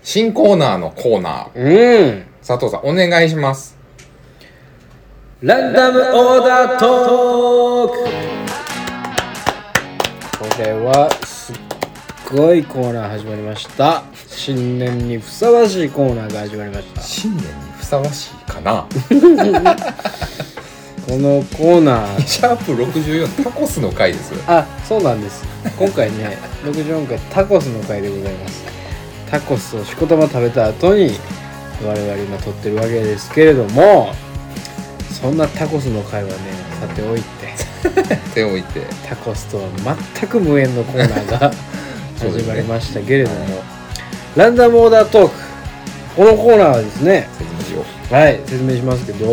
新コーナーのコーナー。佐藤さんお願いします。 ランダムオーダートーク。これはすっごいコーナー始まりました。新年にふさわしいコーナーが始まりました。 新年にふさわしいかなこのコーナーシャープ64タコスの回ですよ。 あ、そうなんです。今回ね64回タコスの回でございます。タコスをしこたま食べた後に我々今撮ってるわけですけれども、そんなタコスの回はねさておいて手を置いてタコスとは全く無縁のコーナーが始まりましたけれども、ランダムオーダートーク、このコーナーはですね、 説明しよ説明しますけど、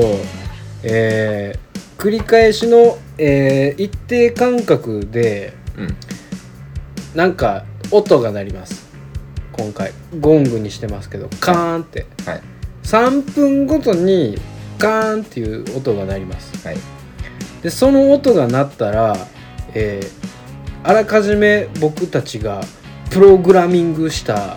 繰り返しの、一定間隔で、なんか音が鳴ります。今回ゴングにしてますけど、カーンって、3分ごとにカーンっていう音が鳴ります。でその音が鳴ったら、あらかじめ僕たちがプログラミングした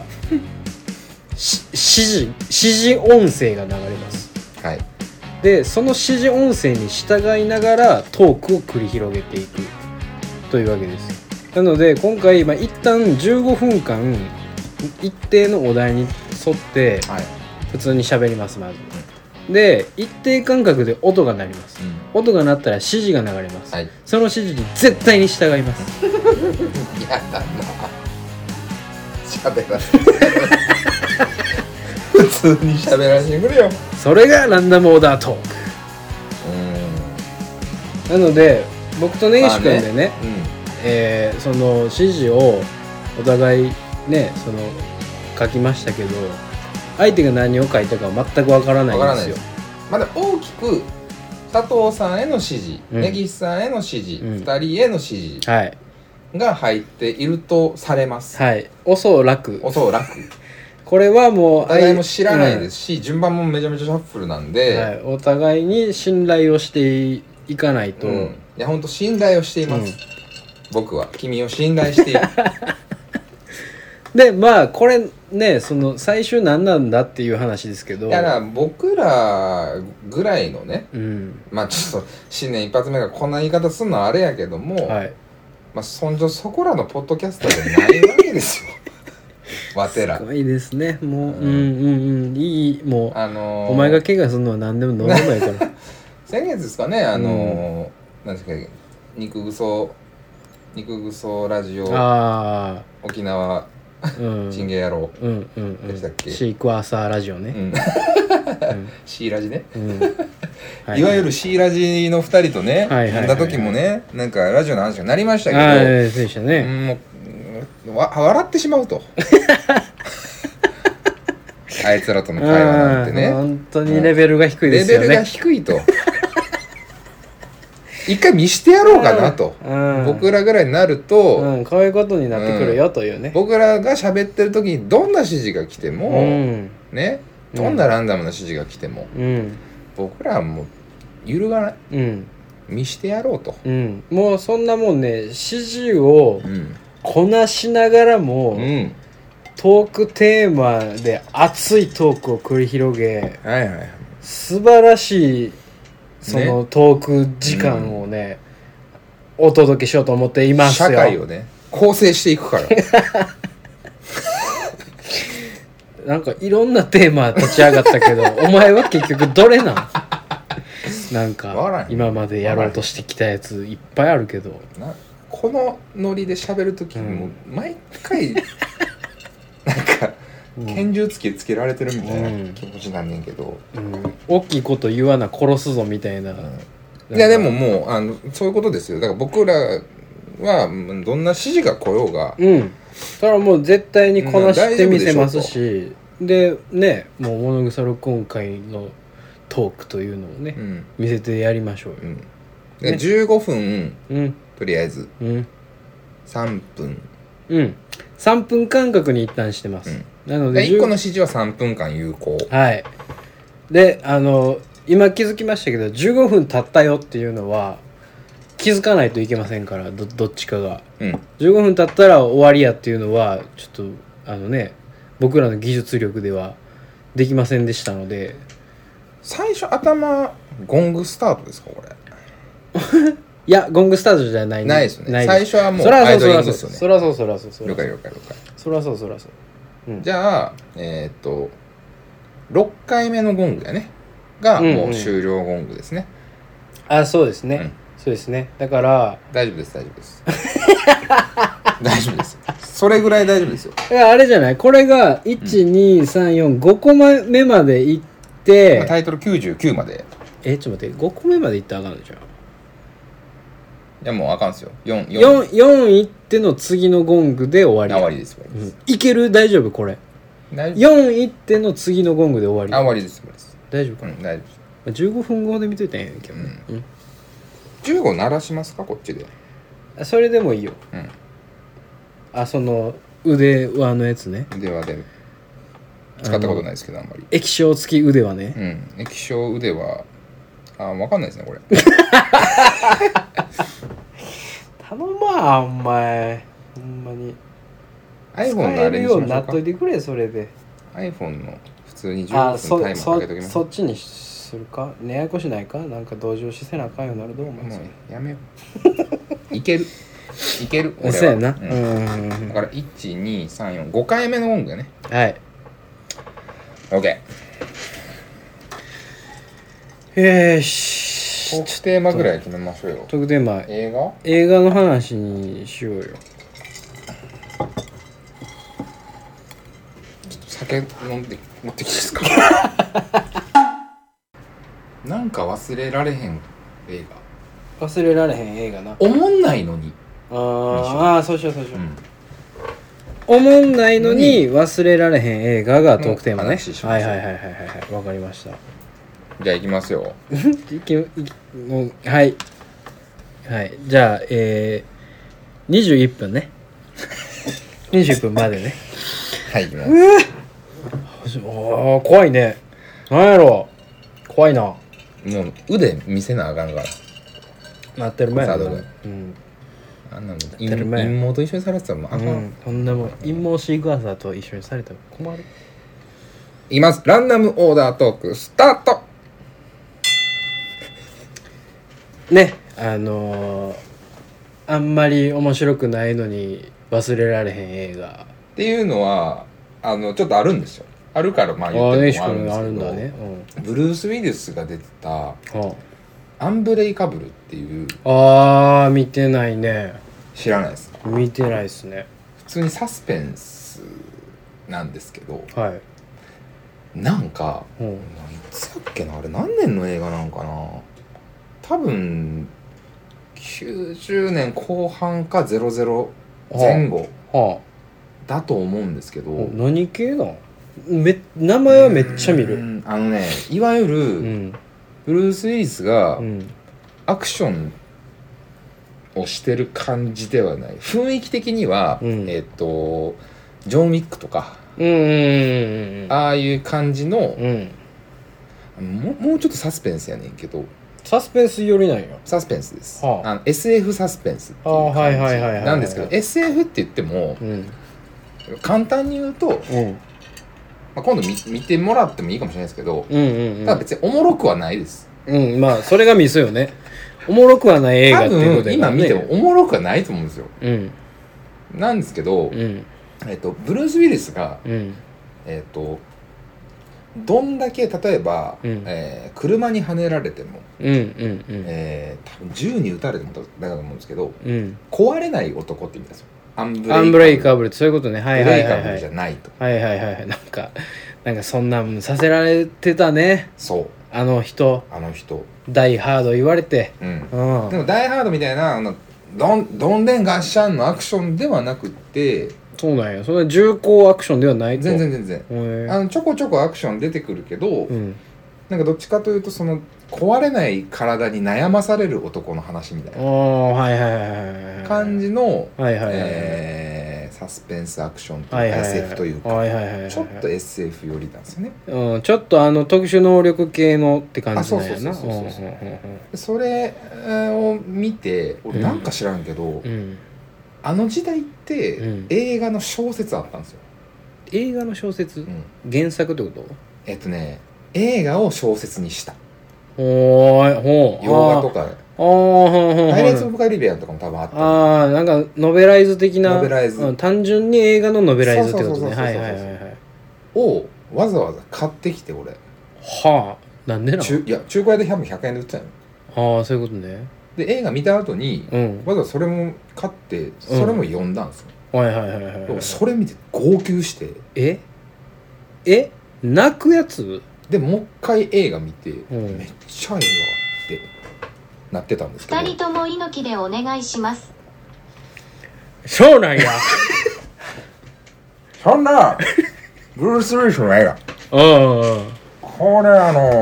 指示音声が流れます。でその指示音声に従いながらトークを繰り広げていくというわけです。なので今回、一旦15分間一定のお題に沿って普通に喋ります。まずで一定間隔で音が鳴ります。音が鳴ったら指示が流れます。その指示に絶対に従います。 やだな、喋らせて普通に喋らせてくれよ。 それがランダムオーダートーク。なので僕と根岸君でね、その指示をお互いね書きましたけど、相手が何を書いたかは全くわからないんですよ。 まだ大きく佐藤さんへの指示、根岸さんへの指示、2人への指示が入っているとされます。おそらくこれはもうお互いも知らないですし、順番もめちゃめちゃシャッフルなんで、 お互いに信頼をしていかないと。 いや本当信頼をしています、僕は君を信頼しているでこれね、その最終何なんだっていう話ですけど、 いや僕らぐらいのね、ちょっと新年一発目がこんな言い方するのはあれやけども、そんじょそこらのポッドキャスターじゃないわけですよわてらすごいですね。もういい、もう、お前が怪我するのは何でもどうでもいいから先月ですかね、なんですか、肉ぐそラジオ沖縄チンゲ野郎でしたっけ、 シークワーサーラジオね、 シーラジね、いわゆるシーラジの2人とね飲んだ時もね、なんかラジオの話になりましたけど、 そうでしたね、 もう笑ってしまうとあいつらとの会話なんてね、 本当にレベルが低いですよね。 レベルが低いと一回見してやろうかなと、僕らぐらいになると、 こういうことになってくるよというね、 僕らが喋ってる時にどんな指示が来ても、ね、どんなランダムな指示が来ても、僕らはもう揺るがない、見してやろうと、 もうそんなもんね、指示をこなしながらも、トークテーマで熱いトークを繰り広げ、素晴らしいそのトーク時間をね、お届けしようと思っていますよ。 社会をね構成していくからなんかいろんなテーマ立ち上がったけどお前は結局どれなんか今までやろうとしてきたやついっぱいあるけど、 このノリで喋るときも毎回なんか拳銃つけられてるみたいな気持ちなんねんけど、 大きいこと言わな殺すぞみたいな、 いやでももうそういうことですよ。だから僕らはどんな指示が来ようが、 それはもう絶対にこなしてみせますし、でね、もう物腐る今回のトークというのをね、見せてやりましょうよ。 で15分、とりあえず、3分、 3分間隔に一旦してます。なので 1個の指示は3分間有効。 で今気づきましたけど15分経ったよっていうのは気づかないといけませんから、どっちかが、15分経ったら終わりやっていうのはちょっと僕らの技術力ではできませんでしたので。 最初頭ゴングスタートですかこれいやゴングスタートじゃないないですよね。最初はもうアイドリングですよね。 そらそうそらそうそらそう了解了解了解。 そらそうそらそう、 じゃあ6回目のゴングやねがもう終了ゴングですね。 あ、そうですね、そうですね。だから大丈夫です大丈夫です大丈夫です。それぐらい大丈夫ですよ。 あれじゃない、これが12345個目までいって、 タイトル99まで。 ちょっと待って、5個目までいったらあかんのじゃん。 いやもうあかんっすよ。 4いっての次のゴングで終わり。 終わりです。 いける？大丈夫これ。4いっての次のゴングで終わり。 終わりです。 大丈夫かな。 大丈夫です。15分後で見といたんやけどね。 15鳴らしますかこっちで。 それでもいいよ。その腕輪のやつね。 腕輪で使ったことないですけどあんまり。 液晶付き腕輪ね。 液晶腕輪分かんないですねこれ頼まお前ほんまに iPhone のあれにしましょうか。使えるようになっといてくれ。それで iPhone の普通に15分タイマーかけときます。 そっちにするか。ややこしないか。なんか同情しせなあかんようになる。どう思います？ もうやめよういける俺は。 そうやな。 だから12345回目の音楽ね。 はい。 OK。 よし、 トークテーマぐらい決めましょうよ。 トークテーマ映画の話にしようよ。 ちょっと酒飲んで持ってきていいですかなんか忘れられへん映画。忘れられへん映画な。 おもんないのに。 そうしよう。おもんないのに忘れられへん映画がトークテーマね。はいわかりました。 じゃあ行きますよはいじゃあ21分ね21分までね。 はい行きます。 怖いね。なんやろ怖いな。もう腕見せなあかんからなってる前やな。 あんなの陰謀と一緒にされてたらもうあかん。 そんなもん陰謀シークワーサーと一緒にされたら困る。 いきます。ランダムオーダートークスタートね。あんまり面白くないのに忘れられへん映画っていうのはちょっとあるんですよ。あるからまあ言ってもあるんですけど、ね、ブルース・ウィリスが出てたアンブレイカブルっていう。 見てないね。 知らないですか？ 見てないですね。 普通にサスペンスなんですけど、 はい、 なんか、いつだっけな、あれ何年の映画なのかな。多分90年後半か00前後だと思うんですけど。 何系なの？名前はめっちゃ見る。 いわゆる、ブルース・ウィリスがアクションをしてる感じではない。雰囲気的には、ジョン・ウィックとか、ああいう感じの、もうちょっとサスペンスやねんけど。 サスペンス寄りなんよ。 サスペンスです。SF サスペンスっていう感じなんですけど、SF って言っても、簡単に言うと、今度見てもらってもいいかもしれないですけど、ただ別におもろくはないです。 まあそれがミスよね。おもろくはない映画っていうことで、 今見てもおもろくはないと思うんですよ。なんですけど、ブルース・ウィリスが、どんだけ例えば、車にはねられても、多分銃に撃たれてもだと思うんですけど、壊れない男って意味ですよ。アンブレイカブルってそういうことね。ブレイカブルじゃないと。 なんかそんなもんさせられてたね。 そうあの人ダイハード言われて、でもダイハードみたいなどんでんガッシャンのアクションではなくって、 そうなんや。それは重厚アクションではないと。 全然ちょこちょこアクション出てくるけど、なんかどっちかというとその壊れない体に悩まされる男の話みたいな感じのサスペンスアクションというか SF というかちょっと SF 寄りなんですよね。 ちょっと特殊能力系のって感じなんやな。 それを見て俺なんか知らんけど、あの時代って映画の小説あったんですよ。 映画の小説、原作ってこと？ 映画を小説にした。 ほう。 洋画とかパイレーツ・オブ・カリビアンとかも多分あった。 なんかノベライズ的な。 ノベライズ、 単純に映画のノベライズってことね。はいをわざわざ買ってきて俺。 なんでなの？ 中古屋で100円で売ってたの。そういうことね。 で映画見た後に、わざわざそれも買ってそれも読んだんですよ。それ見て号泣して。 泣くやつでもう一回映画見て、めっちゃええわってなってたんですけど。 2人とも猪木でお願いします。 そうなんや。 そんなブルース・ウィリスの映画これ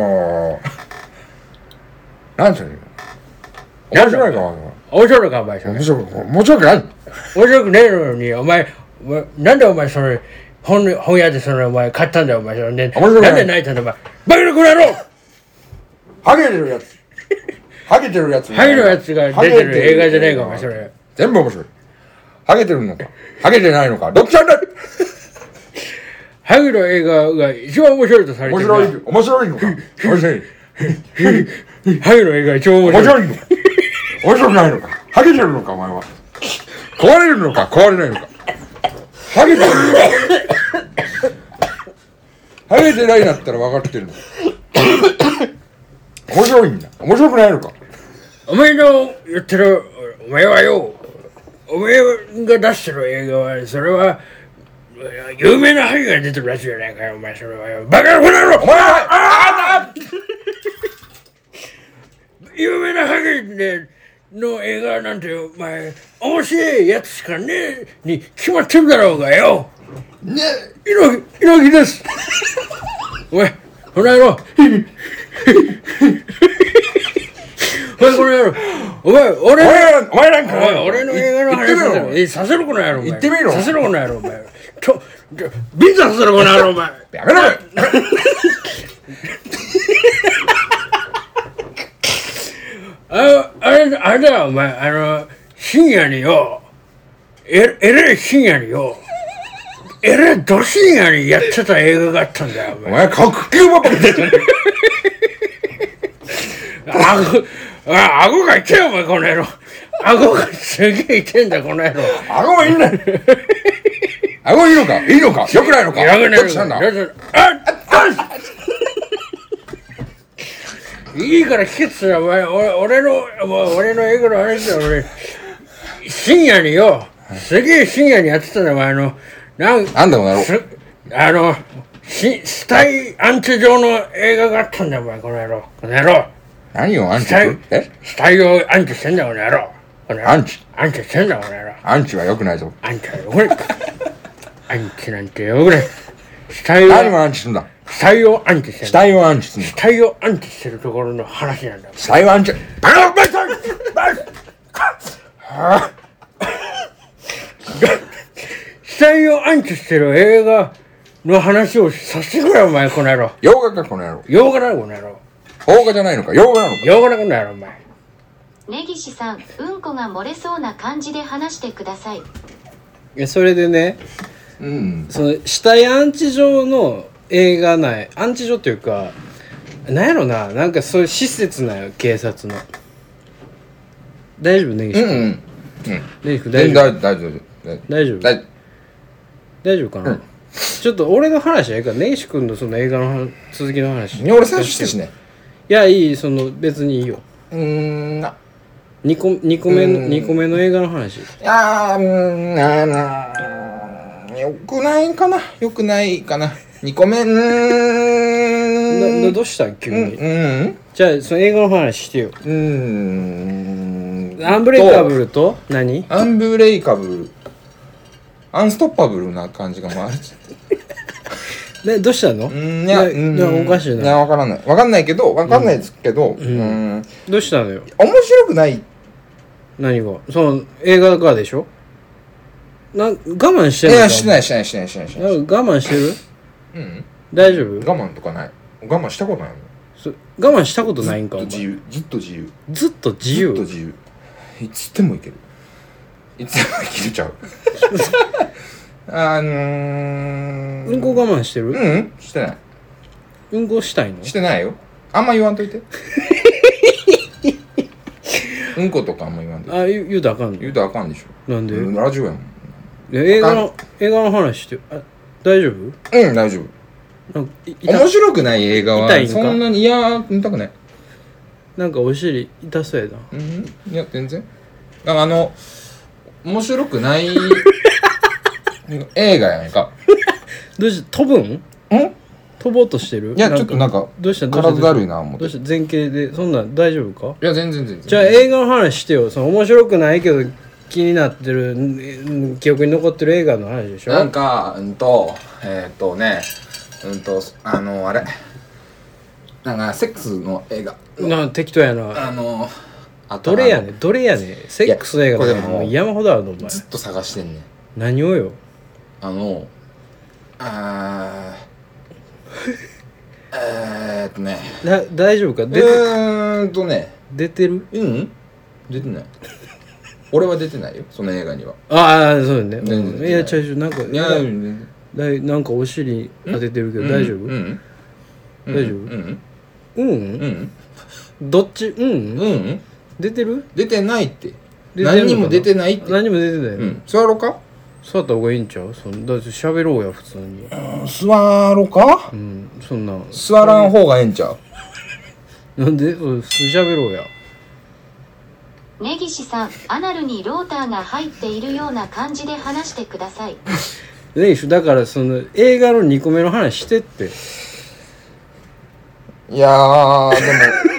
なんていうの面白いか面白いかお前それ。 面白くない面白くねえのにお前なんでお前それ本屋でそれお前買ったんだよお前それね。なんで泣いたんだお前バカな子だろ。 ハゲてるやつハゲてるやつが出てる映画じゃねえかお前それ。 全部面白い。ハゲてるのかハゲてないのかどっちなんだ。 ハゲの映画が一番面白いとされてる。 面白いのか面白い。 ハゲの映画が一番面白い。 面白くないのか。ハゲてるのかお前は。壊れるのか壊れないのか。ハゲてるのかハゲてないんだったら分かってるの。面白いんだ。面白くないのか。 お前の言ってるお前はよ、お前が出してる映画はそれは有名な俳優が出てるやつじゃないかよお前それはよ。バカな子だろお前は。有名なハゲの映画なんてお前面白いやつしかねえに決まってるだろうがよ。 ね猪木です。お前この野郎お前俺の映画の話させろこの野郎。 言ってみろ。 させろこの野郎お前。ビザさせろこの野郎お前。 やめろよ。 あれだよお前深夜によえらい深夜によえらいど深夜にやってた映画があったんだよお前角球ばっかり出てる。 顎が痛いよお前この野郎。顎がすげえ痛いんだこの野郎。 顎はいいんだよ。顎いいのかいいのかよくないのかどっちなんだ。 いいから聞けって言ったら俺の映画の話だよ。俺深夜によすげえ深夜にやってたんだよなんだお前死体安置場の映画があったんだよお前この野郎。 何をアンチ死体を安置してんだこの野郎。 アンチしてんだこの野郎。 アンチは良くないぞ。 アンチは良くない。アンチなんて良くない。 何をアンチすんだ。 死体を安置してる。 死体を安置する。 死体を安置してるところの話なんだ。 死体を安置。 死体を安置してる映画の話をさせてくれお前この野郎。 洋画かこの野郎。 洋画だこの野郎。 邦画じゃないのか洋画なのか。 洋画だこの野郎お前。 根岸さん、うんこが漏れそうな感じで話してください。 それでね、その死体安置場の映画内、安置所っていうかなんやろな、なんかそういう施設なんよ警察の。大丈夫根岸君。根岸君大丈夫大丈夫かな。ちょっと俺の話はええから根岸君のその映画の続きの話。 俺さしてしね。 いやいい、その別にいいよ。2個目の映画の話。 よくないかな2個目どうしたん急に。じゃあその映画の話してよ。アンブレイカブルと何？ アンブレイカブルアンストッパブルな感じが回る。 でどうしたの？いやおかしいな。 いやわかんないですけど、 どうしたのよ。 面白くない。 何が？その映画がでしょ？我慢してる？ いやしてない。我慢してる？大丈夫？ 我慢とかない。我慢したことないもん。 我慢したことないんか。 ずっと自由。いつでもいける。いつでもいけるちゃう。 うんこ我慢してる？ してない。 うんこしたいの？ してないよ。あんま言わんといて。うんことかあんま言わんといて。 言うたらあかんの？ 言うたらあかんでしょ。 なんで？ ラジオやもん。 映画の話して大丈夫？ 大丈夫。面白くない映画はそんなに見たくない。 なんかお尻痛そうやな。 いや全然。面白くない映画やんか。 どうして飛ぶん？飛ぼうとしてる？ いやちょっとなんかどうした体だるいな思って。 どうした前傾でそんなん大丈夫か？ いや全然。 じゃあ映画の話してよ。その面白くないけど気になってる記憶に残ってる映画の話でしょ。 なんかあれなんかセックスの映画適当やな。どれやねんセックスの映画でも山ほどあるのお前。 ずっと探してんねん。 何をよ。大丈夫か？出てる？ 出てない。俺は出てないよその映画には。 そうね。いやなんかお尻当ててるけど大丈夫？大丈夫？どっち？出てる？ 出てないって。何にも出てないって。 何にも出てない。 座ろうか？ 座った方がいいんちゃう？だって喋ろうや普通に。 座ろうか？ そんな座らん方がええんちゃう？なんで？普通喋ろうや。 根岸さん、アナルにローターが入っているような感じで話してください。 だからその映画の2個目の話してって。 いやーでも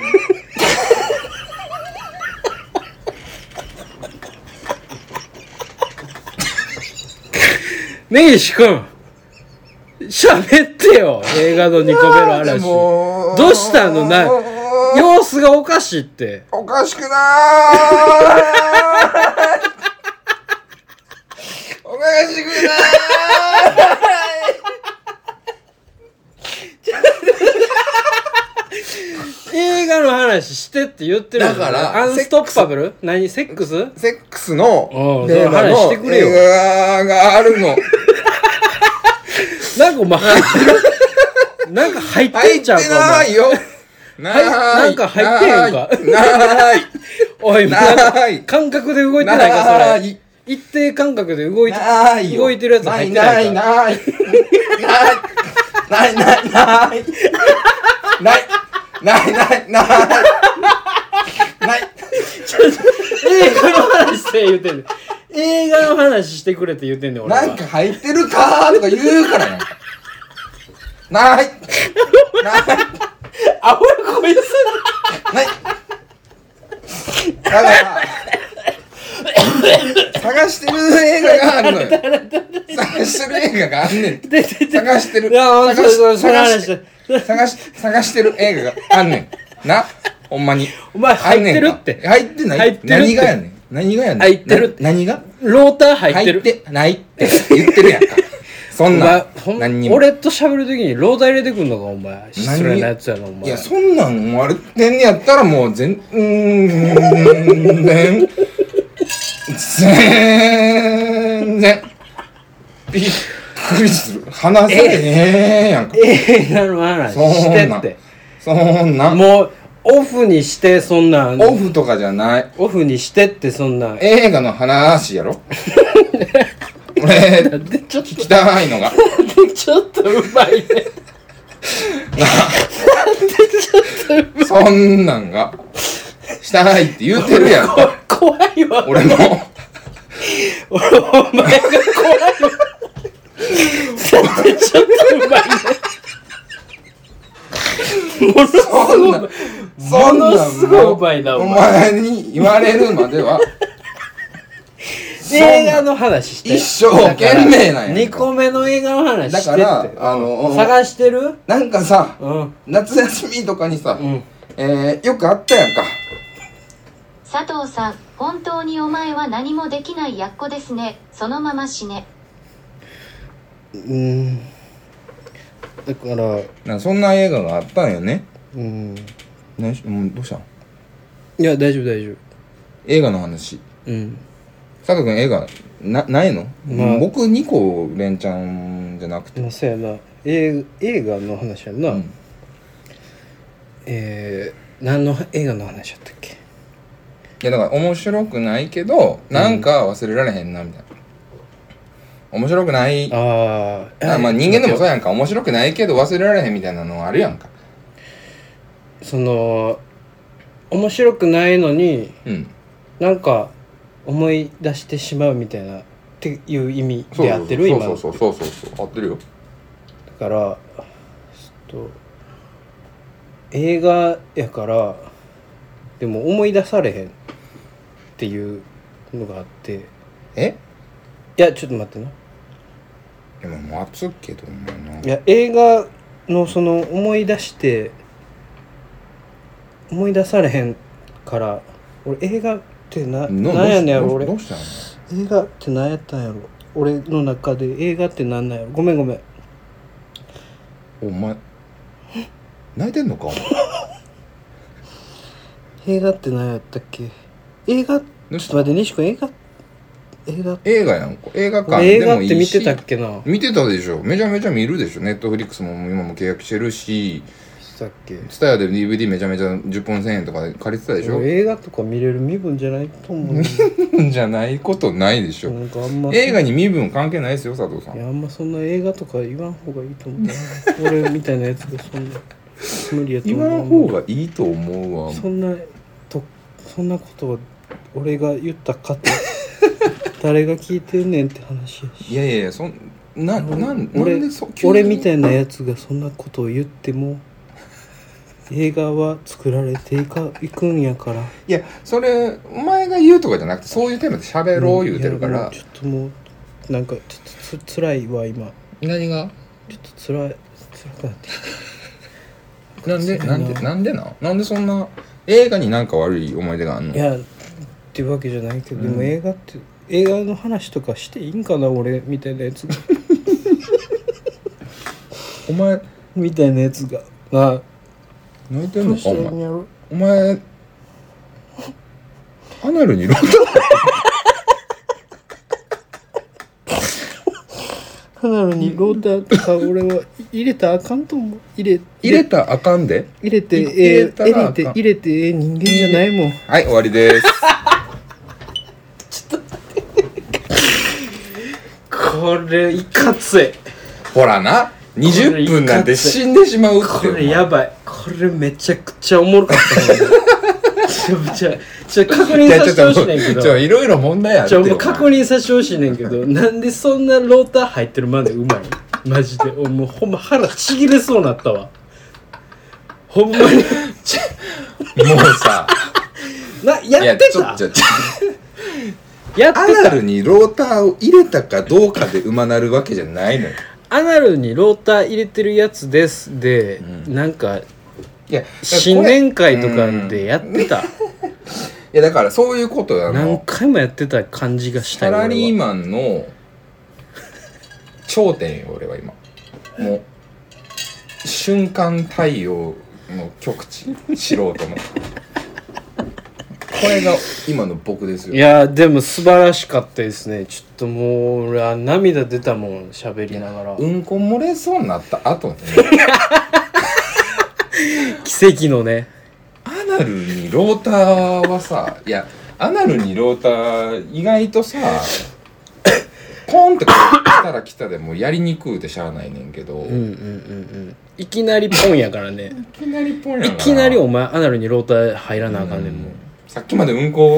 根岸くん喋ってよ。映画の2個目の話。どうしたの？様子がおかしいって。 おかしくなーおかしくなー映画の話してって言ってる。 だからアンストッパブル？何？セックスのテーマの映画があるの。 なんかお前なんか入ってんちゃうか？ 入ってないよ。 なんか入ってへんか？ ない。 おい、感覚で動いてないかそれ。一定感覚で動いてるやつ入ってないか？ない映画の話して言うてんねん。映画の話してくれって言うてんねん俺は。 なんか入ってるかーとか言うからね。ないあ、俺こいつないだから探してる映画があるのよ。探してる映画があんねん。探してる探してる映画があんねんな。ほんまにお前入ってるって。 入ってない。何がやねん。 入ってるって。 何がローター入ってる。 入ってないって言ってるやんか。そんな何にも俺と喋るときにローター入れてくんのかお前。失礼なやつやなお前。 いやそんなん思われてんやったらもう全然びっくりする。話せねえやんか。 映画の話してって。 そんなもうオフにしてそんなん。 オフとかじゃない。 オフにしてってそんなん。 映画の話やろ。俺聞きたいのが。 ちょっとうまいね。 そんなんがしたいって言うてるやんか。 怖いわ。 俺も。 お前が怖いわ。ちょっとうまいね。ものすごいうまいなお前に言われるまでは映画の話して。 一生懸命なんや。 2個目の映画の話してって。 だから探してる？ なんかさ、夏休みとかにさ、よくあったやんか。 佐藤さん、本当にお前は何もできないやっこですね。そのまま死ね。 だからそんな映画があったんよね。どうしたん？ いや大丈夫。 映画の話。 佐藤君映画ないの、まあ、僕2個連チャンじゃなくて、 まあ、そうやな映画の話やんな、うん、何の映画の話やったっけ。 いやだから面白くないけどなんか忘れられへんなみたいな、面白くないまあ人間でもそうやんか、面白くないけど忘れられへんみたいなのあるやんか。 その面白くないのに、うん、なんか思い出してしまうみたいなっていう意味でやってる今の。 そう合ってるよ。 だから映画やからでも思い出されへんっていうのがあって。いやちょっと待ってな。 でも待つけどな。 いや映画のその思い出して思い出されへんから俺映画ってなんやねんやろ。俺どうしたの映画って何やったんやろ。俺の中で映画ってなんなんやろ。ごめんお前泣いてんのか映画って何やったっけ。映画ちょっと待って西君映画やんか。映画館でもいいし。映画って見てたっけな。 見てたでしょ。めちゃめちゃ見るでしょ。ネットフリックスも今も契約してるし、ツタヤで DVD めちゃめちゃ10本1000円とかで借りてたでしょ。 映画とか見れる身分じゃないと思う。 身分じゃないことないでしょ。なんかあんま映画に身分関係ないですよ佐藤さん。 いやあんまそんな映画とか言わん方がいいと思う俺みたいなやつがそんな無理やと思う。 言わん方がいいと思うわ。 そんなことを俺が言ったかって誰が聞いてんねんって話やし。 いやなんで俺みたいなやつがそんなことを言っても映画は作られていくんやから。 いやそれお前が言うとかじゃなくてそういうテーマで喋ろう言うてるから、 ちょっともうなんかちょっと辛いわ今。 何がちょっと辛くなってなんでそんな映画になんか悪い思い出があんの。 いやっていうわけじゃないけど、でも映画の話とかしていいんかな俺みたいなやつがお前みたいなやつが泣いてんのかお前アナルにロータアナルにロータとか俺は入れたらあかんと思う。入れたらあかんで入れて人間じゃないもん。 はい終わりですちょっと待ってこれいかつい。 ほらな20分なんて死んでしまうって。 これやばい。これめちゃくちゃおもろかったちょ確認させてほしいねんけどいろいろ問題あるって。 確認させてほしいねんけどなんでそんなローター入ってるまでうまいマジで。もうほんま腹ちぎれそうになったわほんまにもうさやってたアナルにローターを入れたかどうかで馬なるわけじゃないのよ。 アナルにローター入れてるやつですで、なんか新年会とかでやってた。 いやだからそういうことや何回もやってた感じがしたよ。 サラリーマンの頂点よ俺は今。もう瞬間太陽の極地素人のこれが今の僕ですよ。 いやでも素晴らしかったですね。ちょっともう俺は涙出たもん喋りながら。 うんこ漏れそうになった後ね奇跡のね。 アナルにローターはさ、いやアナルにローター意外とさポンって来たら来たでもやりにくうてしゃあないねんけど、 いきなりポンやからねいきなりポンやからいきなりお前アナルにローター入らなあかんねんもう。 さっきまでうんこ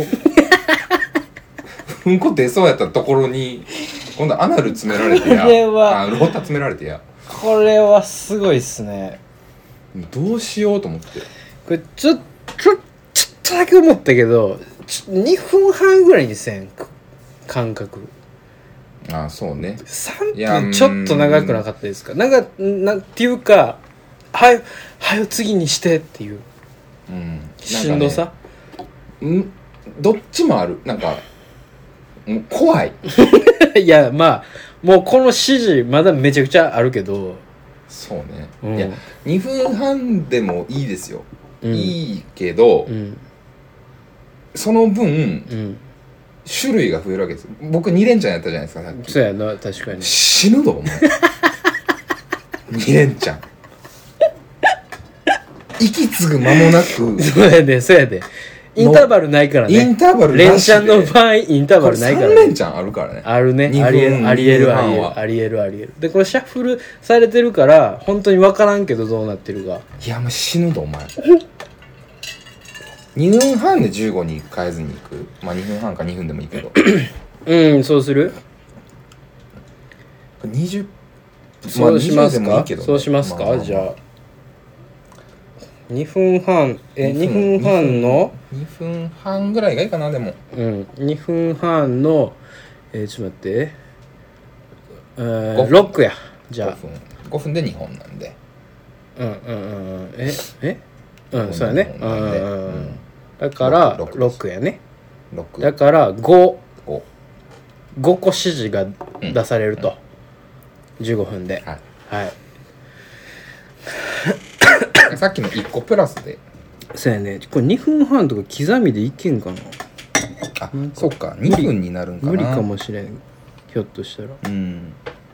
出そうやったところに今度アナル詰められてやローター詰められてや。 これはすごいっすね。 どうしようと思って。 これちょっとだけ思ったけど2分半ぐらいにせん間隔。 ああそうね。 3分ちょっと長くなかったですか。なんていうかはよ次にしてっていう、しんどさ、 どっちもある。なんかもう怖いいやまあもうこの指示まだめちゃくちゃあるけど。 そうね、いや2分半でもいいですよ、いいけど、その分、 種類が増えるわけですよ。僕2連チャンやったじゃないですか、さっき。 そうやな、確かに。 死ぬぞお前2連チャン息継ぐ間もなく。 そうやで、そうやで。インターバルないからね。 インターバル連チャンの場合インターバルないからね。 3連チャンあるからね。 あるね。ありえるありえるありえる。でこれシャッフルされてるから本当に分からんけどどうなってるか。 いやもう死ぬぞお前2分半で15に変えずに行く。まあ2分半か2分でもいいけどうん、そうする。 20 そうしますか、 まあ、ね、 そうしますか、まあ、じゃあ2分半2分半の 2分半ぐらいがいいかな。でも 2分半のちょっと待って6や。じゃあ 5分で2本なんでそうやね。だから6やね。だから5個指示が出されると、15分で、はいさっきの1個プラスで。 そうやね。これ2分半とか刻みでいけんかな。 あ、そっか2分になるんかな。 無理かもしれん、ひょっとしたら。 6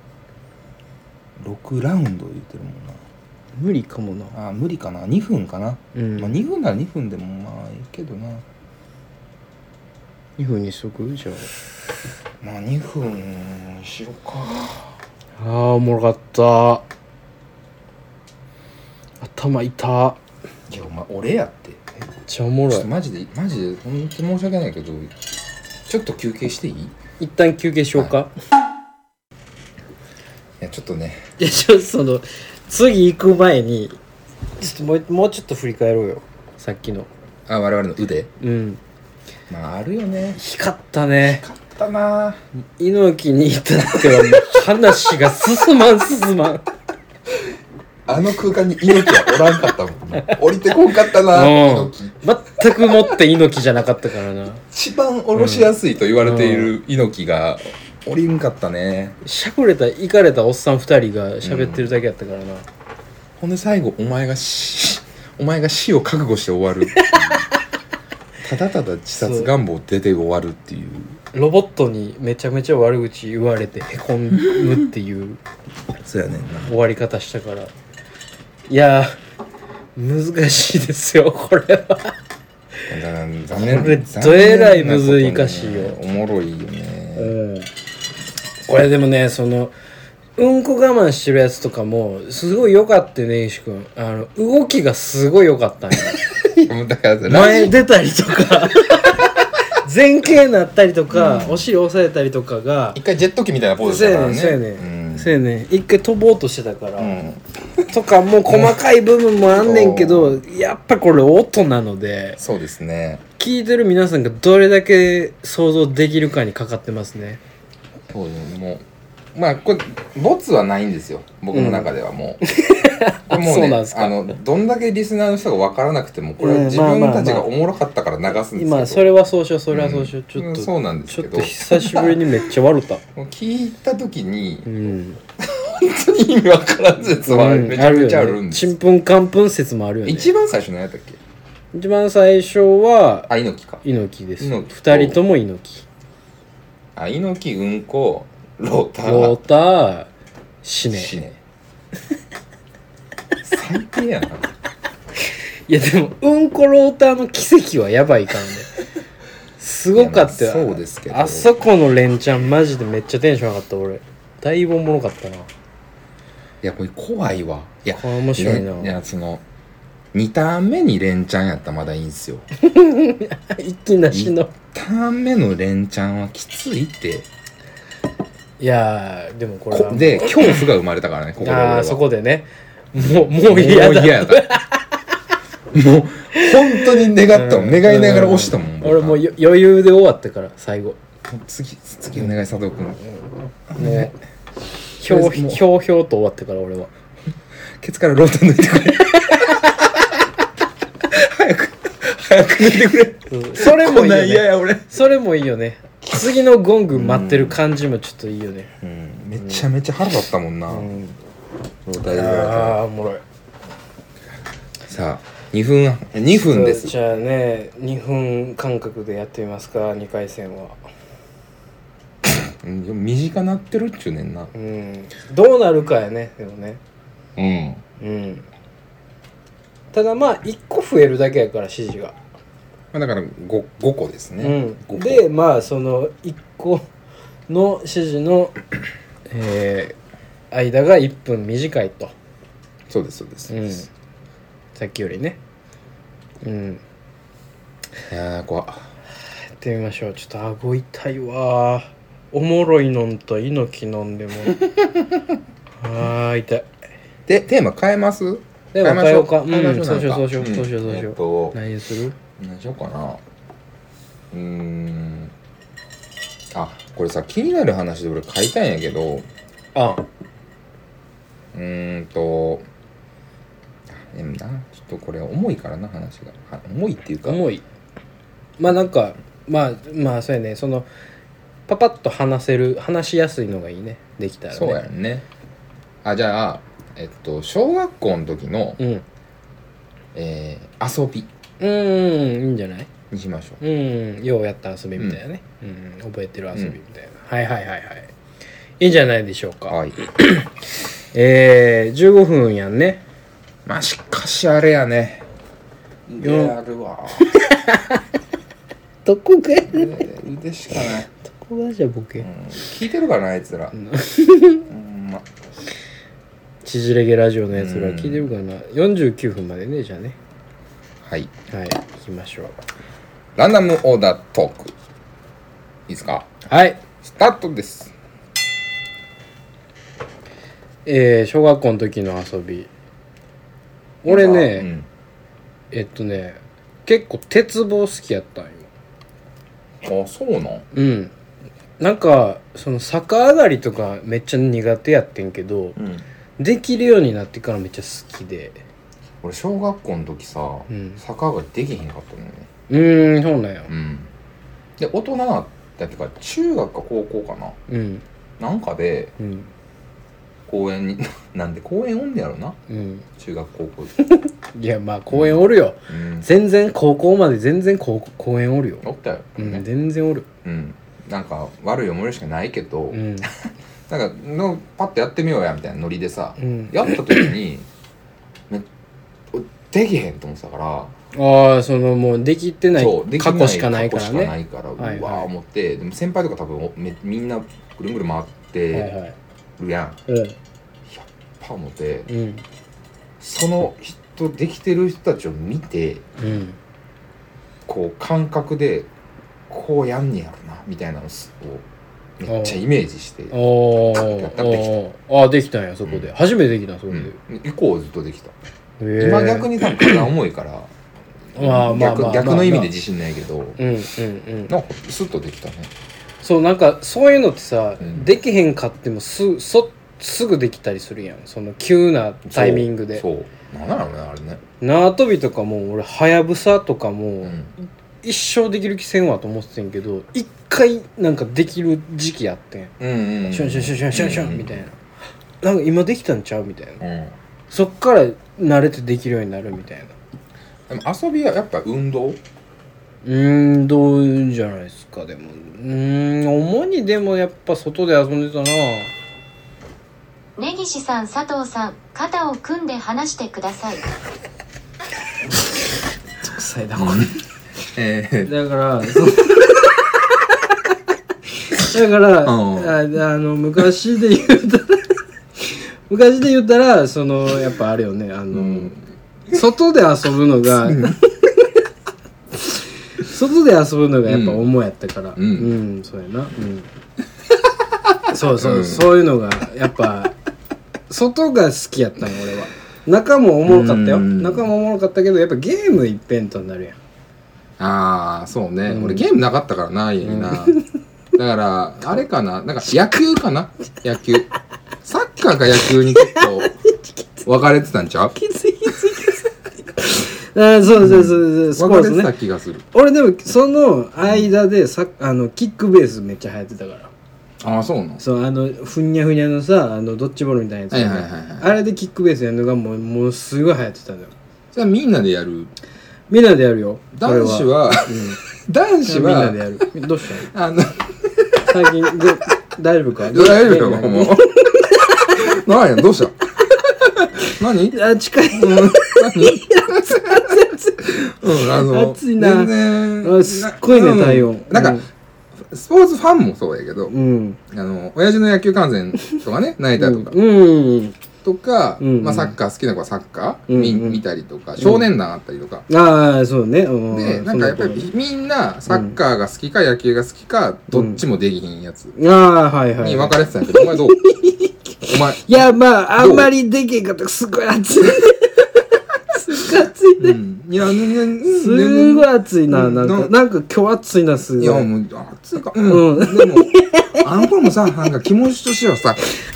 ラウンド言ってるもんな。 無理かもな。 あ、無理かな。2分かな、まあ、2分なら2分でもまあいいけどな。 2分にしとく。じゃあまあ2分にしようか。 あーおもろかった。頭痛。 いやお前俺やって。 めっちゃおもろい。 マジで本当に申し訳ないけどちょっと休憩していい？ 一旦休憩しようか、はい、 いやちょっとね、 いやちょっとその次行く前にちょっともうちょっと振り返ろうよ、さっきの。 あ、我々の腕。 まああるよね。 光ったね。 光ったな。 猪木に至ってはもう話が進まんあの空間に猪木はおらんかったもんね。降りてこんかったな、猪木。 全くもって猪木じゃなかったからな。 一番降ろしやすいと言われている猪木が降りんかったね。 しゃくれたイカれたおっさん2人が喋ってるだけやったからな、 ほんで最後お前が死を覚悟して終わるっていうただただ自殺願望出て終わるっていう。 ロボットにめちゃめちゃ悪口言われてへこむっていうそうやねんな、 終わり方したから。いや難しいですよこれは。 残念。 これどえらい難しいよ。 おもろいよね。 これでもね、そのうんこ我慢してるやつとかもすごい良かったよね、石君。動きがすごい良かったんや。 だから前出たりとか前傾なったりとか、お尻押さえたりとかが一回ジェット機みたいなポーズだからね。 そうやね、一回飛ぼうとしてたから、とかもう細かい部分もあんねんけどやっぱこれ音なので、 そうですね、 聞いてる皆さんがどれだけ想像できるかにかかってますね。 そうね、もうまあこれボツはないんですよ、僕の中ではもう、これもうね、どんだけリスナーの人が分からなくてもこれは自分たちがおもろかったから流すんですよ。 今それはそうしよう、それはそうしよう、ちょっとそうなんですけど、 ちょっと久しぶりにめっちゃ笑った。 聞いた時に、本当に意味分からん説はめちゃめちゃあるんですよ。 ちんぷんかんぷん説もあるよね。 一番最初何やったっけ？ 一番最初は猪木か。 猪木です。2人とも猪木。 猪木、うんこ、ローター、死ね。 最低やな。いやでもうんこローターの奇跡はやばいからね。すごかったよ。 そうですけど、 あそこの連チャンマジでめっちゃテンション上がった。俺だいぶおもろかったな。いやこれ怖いわ。いやこれ面白いな。 いやその2ターン目に連チャンやったらまだいいんすよ。 一気なしの 1ターン目の連チャンはきついって。 いやでもこれはで恐怖が生まれたからね、ここで俺は。 そこでね、もう嫌だ。 もう本当に願ったもん、願いながら押したもん。 俺もう余裕で終わったから最後。 次お願い、佐藤君。 ね、ひょうひょうと終わってから俺は。 ケツからローター抜いてくれ。早く抜いてくれ。 それもいいよね。 嫌や俺。 それもいいよね。次のゴング待ってる感じもちょっといいよね。 めちゃめちゃ腹立ったもんな。ローター入れられたら。 おもろい。 さあ2分です。 じゃあね、2分間隔でやってみますか、2回戦は。 身近なってるっちゅうねんな。 どうなるかやねでもね。ただまあ1個増えるだけやから指示が。 だから 5個ですね。 でまあその1個の指示の、間が1分短いと。 そうですそうです、 さっきよりね。 いや怖っ。 やってみましょう。ちょっと顎痛いわ。おもろいのんと猪木飲んでも痛い。 でテーマ変えます？ テーマ変えようか。 そうしよう。 何にする？ 何しようかな。これさ気になる話で俺書いたんやけど。でもなちょっとこれ重いからな話が。重いっていうか。 重い。まあなんかまあそうやね。そのパパッと話しやすいのがいいね。できたらね。 そうやんね。じゃあ小学校の時の、遊びいいんじゃないにしましょう。 ようやった遊びみたいなね、覚えてる遊びみたいな、はいいいんじゃないでしょうか。はい15分やんね。 まあしかしあれやねやるわどこが腕しかない。 どこがじゃボケ、 聞いてるかなあいつらちじれげラジオのやつら聞いてるかな。49分までね。じゃあねはい行きましょう。 ランダムオーダートークいいですか。 はいスタートです。 小学校の時の遊び。俺ね結構鉄棒好きやったんよ。 そうなん。 なんかその逆上がりとかめっちゃ苦手やってんけど、できるようになってからめっちゃ好きで。 俺小学校の時さ、逆上がりできへんかったのよね。そうなんや。 で大人だってか中学か高校かな、なんかで、公園になんで公園おんねやろな、中学高校いやまあ公園おるよ、全然高校まで全然公園おるよ。 おったよ、 全然おる。 なんか悪い思いしかないけど、なんかパッとやってみようやみたいなノリでさ、やった時にできへんと思ってたから。 そのもうできてない過去しかないからね。 うわー思って、でも先輩とか多分みんなぐるんぐる回ってるやん、やっぱ思って、その人できてる人たちを見て、こう感覚でこうやんねやろなみたいなのをめっちゃイメージしてやったらできた。 できたんやそこで、初めてできたそこで、 以降ずっとできた。今逆に多分体重いから逆の意味で自信ないけど、なんかスッとできたね。 そうなんかそういうのってさ、できへんかってもすぐできたりするやん。その急なタイミングで。 そうなんだろうねあれね。 縄跳びとかも俺はやぶさとかも、一生できる気せんわと思ってたんやけど、一回なんかできる時期やってん。シュンシュンシュンシュンシュンシュンみたいな。なんか今できたんちゃうみたいな。そっから慣れてできるようになるみたいな。でも遊びはやっぱ運動じゃないですか。でも主にでもやっぱ外で遊んでたな。 根岸さん佐藤さん肩を組んで話してください。 特裁だこれ。だから昔で言ったらそのやっぱあれよね、外で遊ぶのが外で遊ぶのがやっぱ主やったから、そうやな、そういうのがやっぱ外が好きやったんよ俺は。中もおもろかったよ、中もおもろかったけどやっぱゲーム一辺となるやん。 そうね、俺ゲームなかったからな家にな、だからあれかな、なんか野球かな、野球サッカーか野球に結構分かれてたんちゃう？ きついそうスポーツね。分かれてた気がする。 俺でもその間でキックベースめっちゃ流行ってたから。 そうなの？ そうふにゃふにゃのさドッジボールみたいなやつ、あれでキックベースやるのがもうすごい流行ってたのよ。 それはみんなでやる？ みんなでやるよ。 男子は、男子はみんなでやる。どうしたの？最近大丈夫か？ 大丈夫よもう何やどうした何？ あ近い。 何？ 暑いな。 全然すっごいね体温。 なんかスポーツファンもそうやけど、親父の野球観戦とかね、ナイターとか、とか、まあサッカー好きな子はサッカー見たりとか、少年団あったりとか。 ああ、そうね。 で、なんかやっぱりみんなサッカーが好きか野球が好きか、どっちもできひんやつに分かれてたんやけど、お前どう？お前。 いや、まあ、あんまりできへんかった。すごい暑い。すごい暑いね。いや、すごい暑いな。なんか今日暑いな、すごい。 いや、もう暑いか。でも、あの頃もさ、なんか気持ちとしてはさ、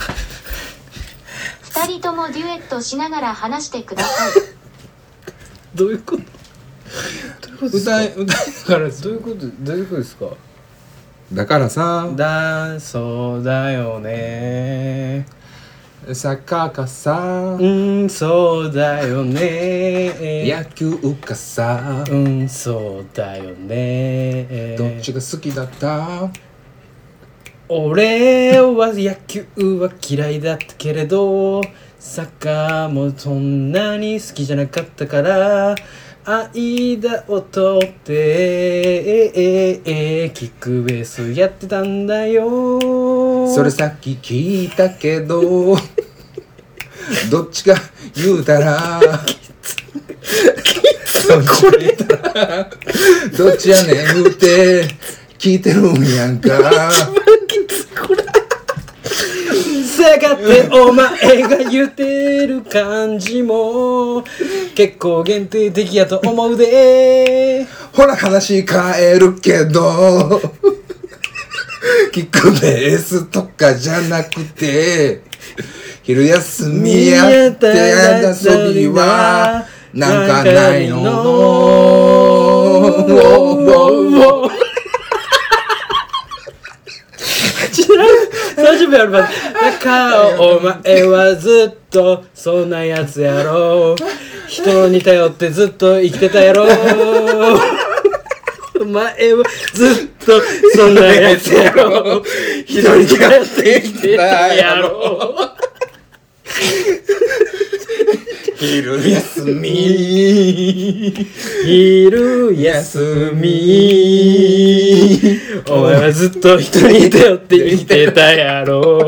二人ともデュエットしながら話してください。 どういうこと？ 歌いながら、 どういうことですか？ だからさ、 そうだよね。 サッカーかさ、 そうだよね。 野球かさ、 そうだよね。 どっちが好きだった？ 俺は野球は嫌いだったけれど、サッカーもそんなに好きじゃなかったから、間を取ってキックベースやってたんだよ。 それさっき聞いたけどどっちが言うたらどっちやねん言うて聞いてるんやんか。 せかってお前が言ってる感じも結構限定的やと思うで。 ほら話変えるけどキックベースとかじゃなくて昼休みやって遊びはなんかないの。 30秒あります。だからお前はずっとそんなやつやろ。人に頼ってずっと生きてたやろ。お前はずっとそんなやつやろ。人に頼って生きてたやろ。 昼休みお前はずっと人に頼って生きてたやろ。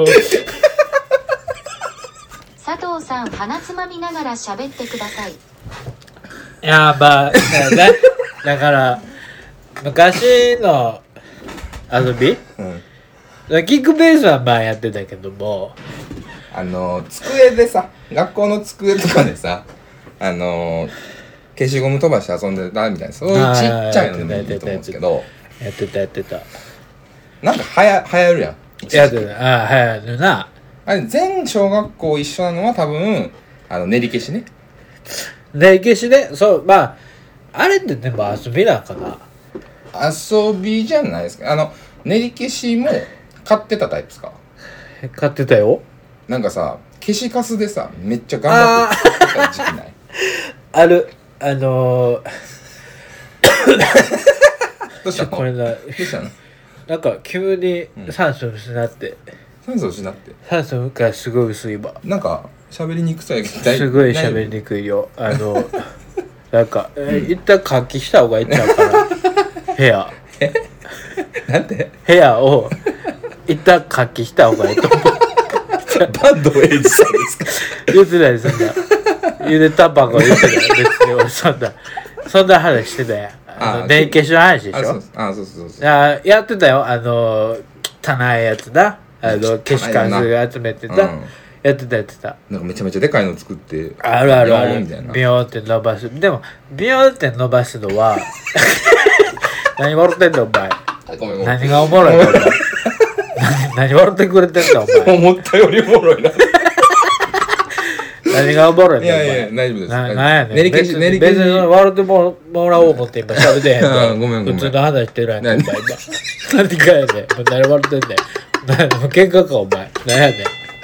佐藤さん鼻つまみながら喋ってください。 いやまあだから昔の遊び、キックベースはまあやってたけども、 机でさ、学校の机とかでさ、消しゴム飛ばして遊んでたみたいな、そういうちっちゃいのでもいいと思うんですけど、 やってたなんか流行るやん。 やってた。流行るな。 あれ全小学校一緒なのは多分練り消しね。 練り消しね。そう、まああれってでも遊びなんかな。 遊びじゃないですか。練り消しも買ってたタイプですか？ 買ってたよ。 なんかさ、消しカスでさ、めっちゃ頑張って作ってた時期ない？ ある。 どうしたの？ これな、どうしたの？ なんか急に酸素失って。酸素がすごい薄いわ。 なんか喋りにくさいけどすごい喋りにくいよ。なんか、一旦換気した方がいいんちゃうかな。部屋。 なんで？ 部屋を一旦換気した方がいいと思う。 バンドエイジさんですか？ 言ってないそんな。ゆでたばこ言ってない。別に俺そんな話してたやん。電気消しの話でしょ？ そう。 やってたよ。汚いやつな。消しカス集めてた。やってた。 なんかめちゃめちゃでかいの作って。 ある。ビヨーって伸ばす。でもビヨーって伸ばすのは何笑ってんだお前。何がおもろいのお前。何笑ってくれてんだお前。 思ったよりおもろいな。 何がおもろいの？ いや大丈夫です。 なんやねん。 練り消し別に笑ってもらおう思って今喋ってへんと。 ごめん。 普通の話してるやん。何かやねん。何笑ってんねん。喧嘩かお前。何やねん。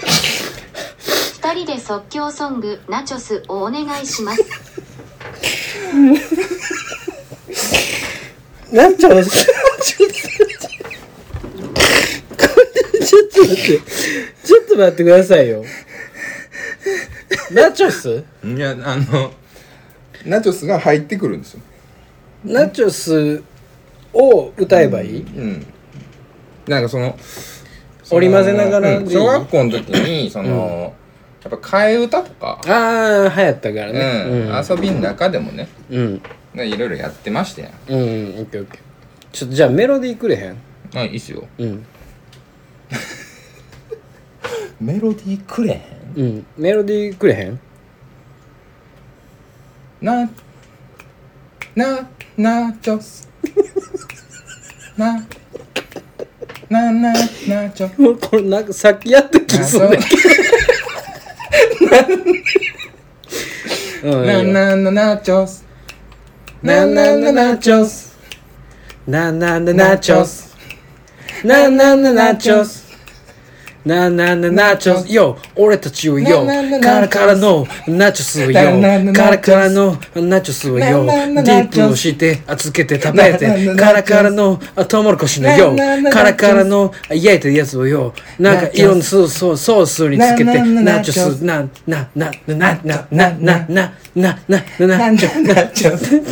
2人で即興ソングナチョスをお願いします。 ナチョスちょっと待ってくださいよ。ナチョス？ いやナチョスが入ってくるんですよ。 ナチョスを歌えばいい？ なんかその織り交ぜながらでいい？ 小学校の時にやっぱ替え歌とか流行ったからね、 遊びの中でもね、 いろいろやってましたやん。 オッケー。ちょっとじゃあメロディーくれへん？ いいっすよ。メロディーくれへん？ メロディーくれへん？ ナチョスナチョ。 もうこれなんかさっきやった気するね。 ナチョスナチョスナチョスナチョスナチョスよ、俺たちをよ、カラカラのナチョスをよ、カラカラのナチョスをよ、ディップをしてつけて食べて、カラカラのトウモロコシのよ、カラカラの焼いたやつをよ、なんかいろんなソースにつけて、ナチョスナチョス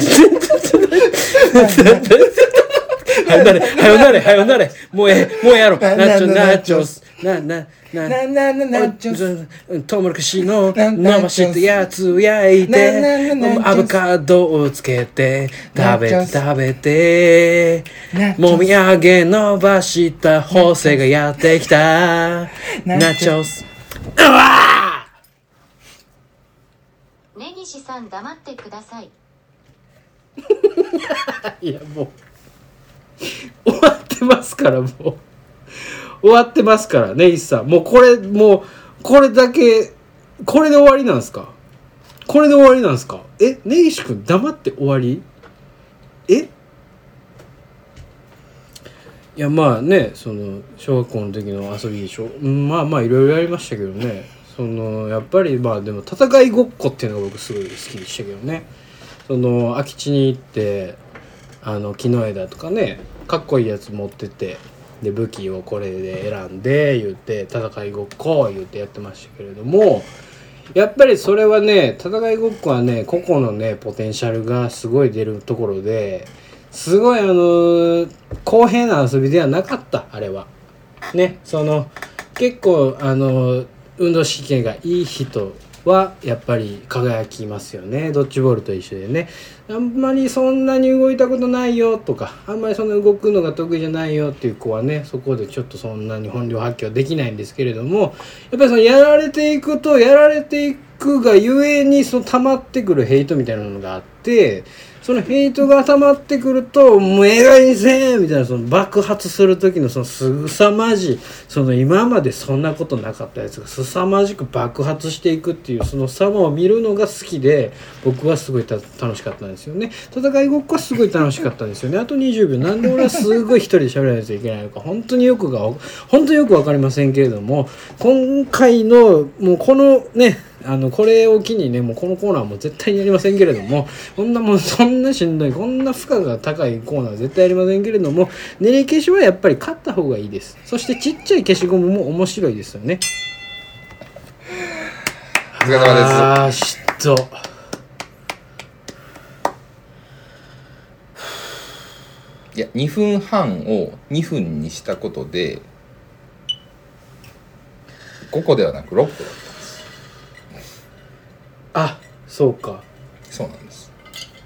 はよなれもうやろナチョストウモロコシの伸ばしたやつを焼いてアボカドをつけて食べてもみあげ伸ばしたホセがやってきたナチョス。 根岸さん黙ってください。 いやもう終わってますから終わってますからね、石さん。もうこれだけ、これで終わりなんですか？根岸くん黙って終わり？いやまあね、その小学校の時の遊びでしょ。まあいろいろやりましたけどね。やっぱりまあでも戦いごっこっていうのが僕すごい好きでしたけどね。空き地に行って木の枝とかね、かっこいいやつ持ってて。で武器をこれで選んで言って戦いごっこ言ってやってましたけれども、やっぱりそれはね、戦いごっこはね、個々のねポテンシャルがすごい出るところですごい公平な遊びではなかった。あれはね、結構運動神経がいい人はやっぱり輝きますよね。ドッジボールと一緒でね、あんまりそんなに動いたことないよとか、あんまりそんな動くのが得意じゃないよっていう子はね、そこでちょっとそんなに本領発揮はできないんですけれども、やっぱりやられていくがゆえに溜まってくるヘイトみたいなのがあって、そのヘイトが溜まってくるともうえらいせんみたいな爆発する時のすさまじい今までそんなことなかったやつがすさまじく爆発していくっていうその様を見るのが好きで、僕はすごい楽しかったんですよね。戦いごっこはすごい楽しかったんですよね。あと20秒なんで俺はすごい一人で喋らないといけないのか本当によく分かりませんけれども、今回のもうこのねこれを機にね、もうこのコーナーも絶対にやりませんけれども、そんなしんどい、こんな負荷が高いコーナーは絶対やりませんけれども、練り消しはやっぱり買った方がいいです。そしてちっちゃい消しゴムも面白いですよね。 お疲れ様です。いや2分半を2分にしたことで5個ではなく6個だったんです。 あ、そうか。 そうなんです。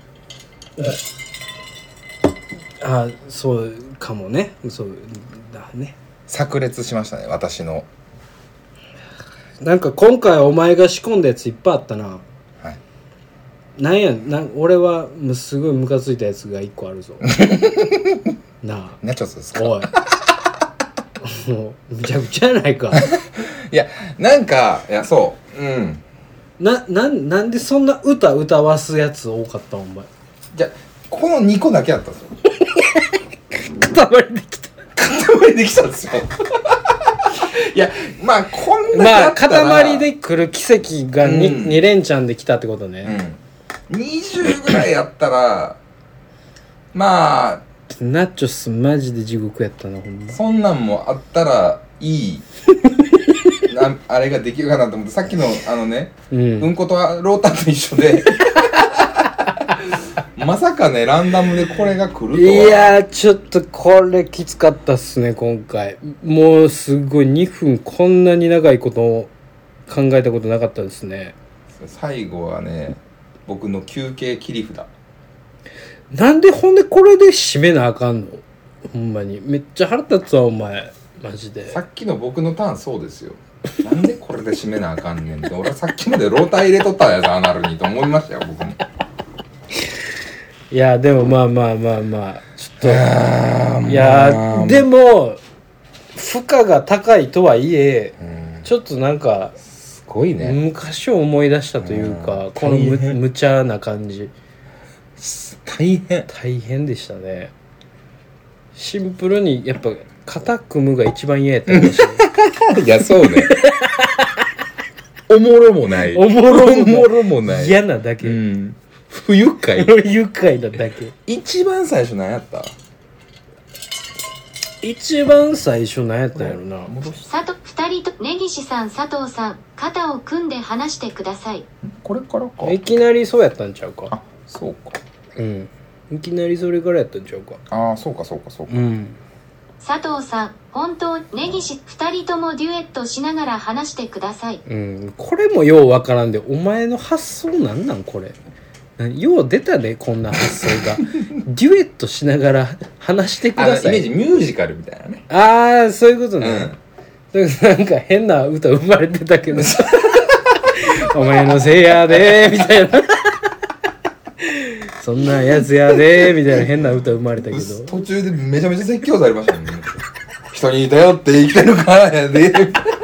あ、そうかもね。そうだね。 炸裂しましたね、私の。 なんか今回お前が仕込んだやついっぱいあったな。 はい。 俺はすごいムカついたやつが1個あるぞ。なあ。 ナチョスですか。 おい。もうむちゃくちゃやないか。 いやなんかなんでそんな歌わすやつ多かったお前。 じゃここの2個だけあったんですよ。塊できたんですよ。いやまあこんなだったら塊で来る奇跡が 2連チャンできたってことね。 20ぐらいやったらまあナチョスマジで地獄やったなほんま。 そんなんもあったらいいあれができるかなと思って、さっきのうんことはローターと一緒でまさかねランダムでこれが来るとは。 いやちょっとこれきつかったっすね今回。もうすごい2分こんなに長いことを考えたことなかったですね。 最後はね僕の休憩切り札。 なんでほんでこれで締めなあかんの。ほんまにめっちゃ腹立つわお前マジで。 さっきの僕のターンそうですよ。なんでこれで締めなあかんねんって俺はさっきまでローター入れとったやつアナルにと思いましたよ僕も。 いやでもまあちょっといやでも負荷が高いとはいえ、ちょっとなんかすごいね昔を思い出したというか、この無茶な感じ大変でしたね。シンプルにやっぱ肩組むが一番嫌やったかもしれないいやそうねおもろもない嫌なだけ、 不愉快なだけ。 一番最初何やった？ 一番最初何やったんやろな。 2人と根岸さん佐藤さん肩を組んで話してください。 これからか。 いきなりそうやったんちゃうか。 あそうか。 いきなりそれからやったんちゃうか。 ああそうか。 佐藤さん本当根岸2人ともデュエットしながら話してください。 これもようわからんで、お前の発想なんこれ。よう出たねこんな発想がデュエットしながら話してください。 イメージミュージカルみたいなね。 ああそういうことね、なんか変な歌生まれてたけどお前のせいやでみたいなそんなやつやでみたいな変な歌生まれたけど、 途中でめちゃめちゃ説教されましたもんね人に頼って生きてるからやで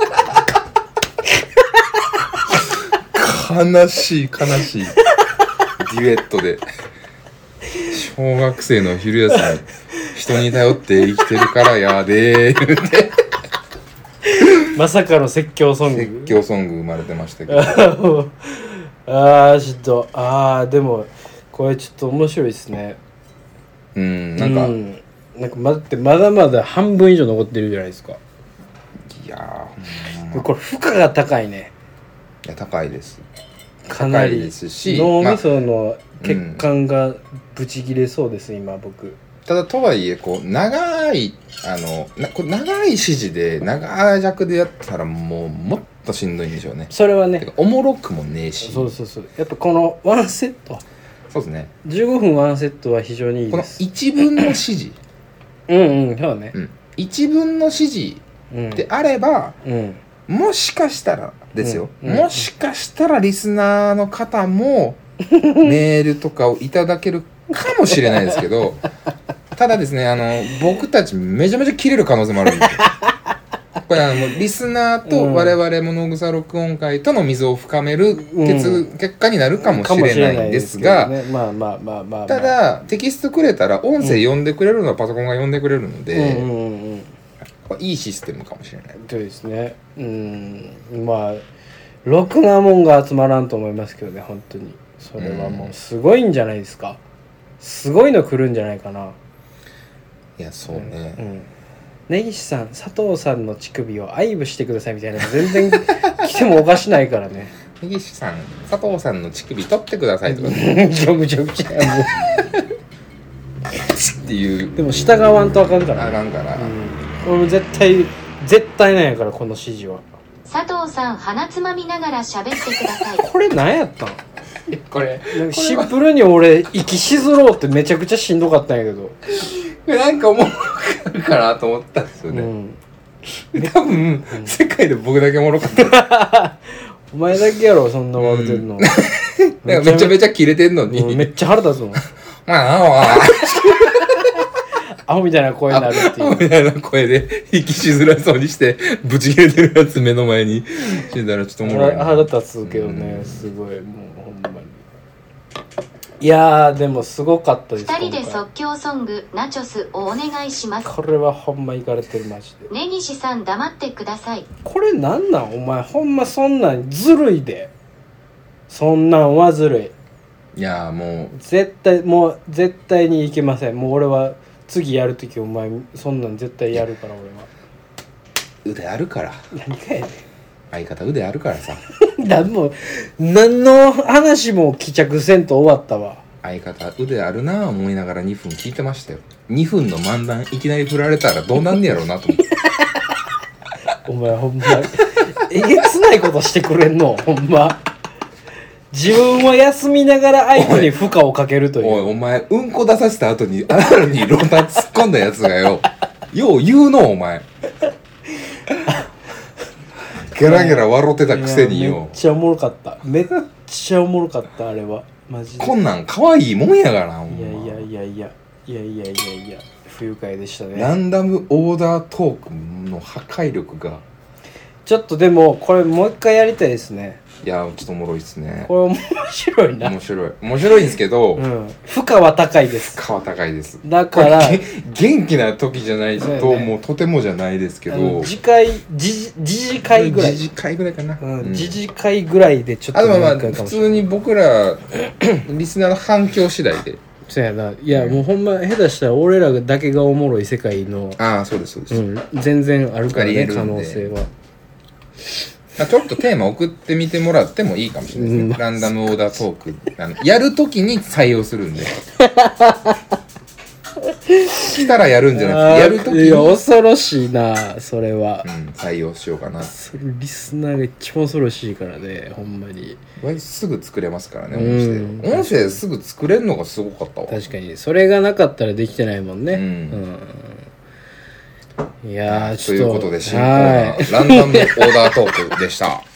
悲しいデュエットで小学生の昼休み人に頼って生きてるからやでってまさかの説教ソング生まれてましたけどちょっとでもこれちょっと面白いですね。なんかまだまだ半分以上残ってるじゃないですか。 いやこれ負荷が高いね。 いや高いです。 かなりですし、脳みその血管がブチ切れそうです、今僕。 ただとはいえこう長い指示で長い尺でやったらもっとしんどいんでしょうね。 それはねおもろくもねえし。 そうやっぱこのワンセット、 そうですね、 15分ワンセットは非常にいいです。 この1分の指示そうね、 1分の指示であれば、もしかしたらですよ、もしかしたらリスナーの方もメールとかをいただけるかもしれないですけどただですね僕たちめちゃめちゃ切れる可能性もあるんですよこれリスナーと我々物草録音会との溝を深める結果になるかもしれないんですが、ただテキストくれたら音声読んでくれるのはパソコンが読んでくれるので、いいシステムかもしれない。 そうですね。ろくなもんが集まらんと思いますけどね、本当に。それはもうすごいんじゃないですか。すごいの来るんじゃないかな。 いやそうね。 根岸さん佐藤さんの乳首を愛撫してくださいみたいなの全然来てもおかしないからね。 根岸さん佐藤さんの乳首取ってくださいとかむちゃくちゃもうっていう。 でも従わんとあかんから。 あかんから。 俺も絶対なんやからこの指示は。 佐藤さん鼻つまみながら喋ってください。 これ何やったん？ これシンプルに俺息しずろうってめちゃくちゃしんどかったんやけど。 なんか思うかなと思ったんですよね。多分、世界で僕だけおもろかった。 お前だけやろそんな笑ってんの。 めちゃめちゃキレてんのに。 めっちゃ腹立つもん。アホみたいな声になるっていう。 アホみたいな声で息しづらそうにしてブチ切れてるやつ目の前にしてたらちょっとおもろいな。 腹立つけどね、すごいもうほんまに。いやーでもすごかったです。 2人で即興ソングナチョスをお願いします。 これはほんまいかれてるマジで。 根岸さん黙ってください。 これなんなんお前ほんまそんなんずるいで。そんなんはずるい。 いやもう絶対にいけません。もう俺は次やるときお前そんなん絶対やるから俺は。 腕あるから。 何かやねん。 相方腕あるからさ。 何の話も帰着せんと終わったわ。 相方腕あるなぁ思いながら2分聞いてましたよ。2分の漫談いきなり振られたらどうなんねやろうなと思って。 お前ほんまえげつないことしてくれんのほんま。自分は休みながら相手に負荷をかけるという。 お前うんこ出させた後にアナルにローター突っ込んだやつがよよう言うのお前。ゲラゲラ笑ってたくせによ。 めっちゃおもろかった。めっちゃおもろかったあれはマジで。 こんなん可愛いもんやがな。 いや不愉快でしたね。 ランダムオーダートークの破壊力が。 ちょっとでもこれもう一回やりたいですね。 いやちょっとおもろいっすね。 これ面白いな。 面白いんですけど、 負荷は高いです。 負荷は高いです。 だから元気な時じゃないと、もうとてもじゃないですけど、 次回ぐらいかな。 次回ぐらいでちょっと。 あとは普通に僕らリスナーの反響次第で。 そうやな。いや、もうほんま下手したら俺らだけがおもろい世界の。 そうですそうです。 全然あるからね、可能性は。 ちょっとテーマ送ってみてもらってもいいかもしれないですね。ランダムオーダートークやるときに採用するんで。来たらやるんじゃなくて、やるときに。いや恐ろしいなそれは。 採用しようかな。 それリスナーが一番恐ろしいからね、ほんまに。 すぐ作れますからね、音声ですぐ作れるのがすごかったわ。 確かにそれがなかったらできてないもんね。いやー、ちょっとということで新コーナーランダムオーダートークでした。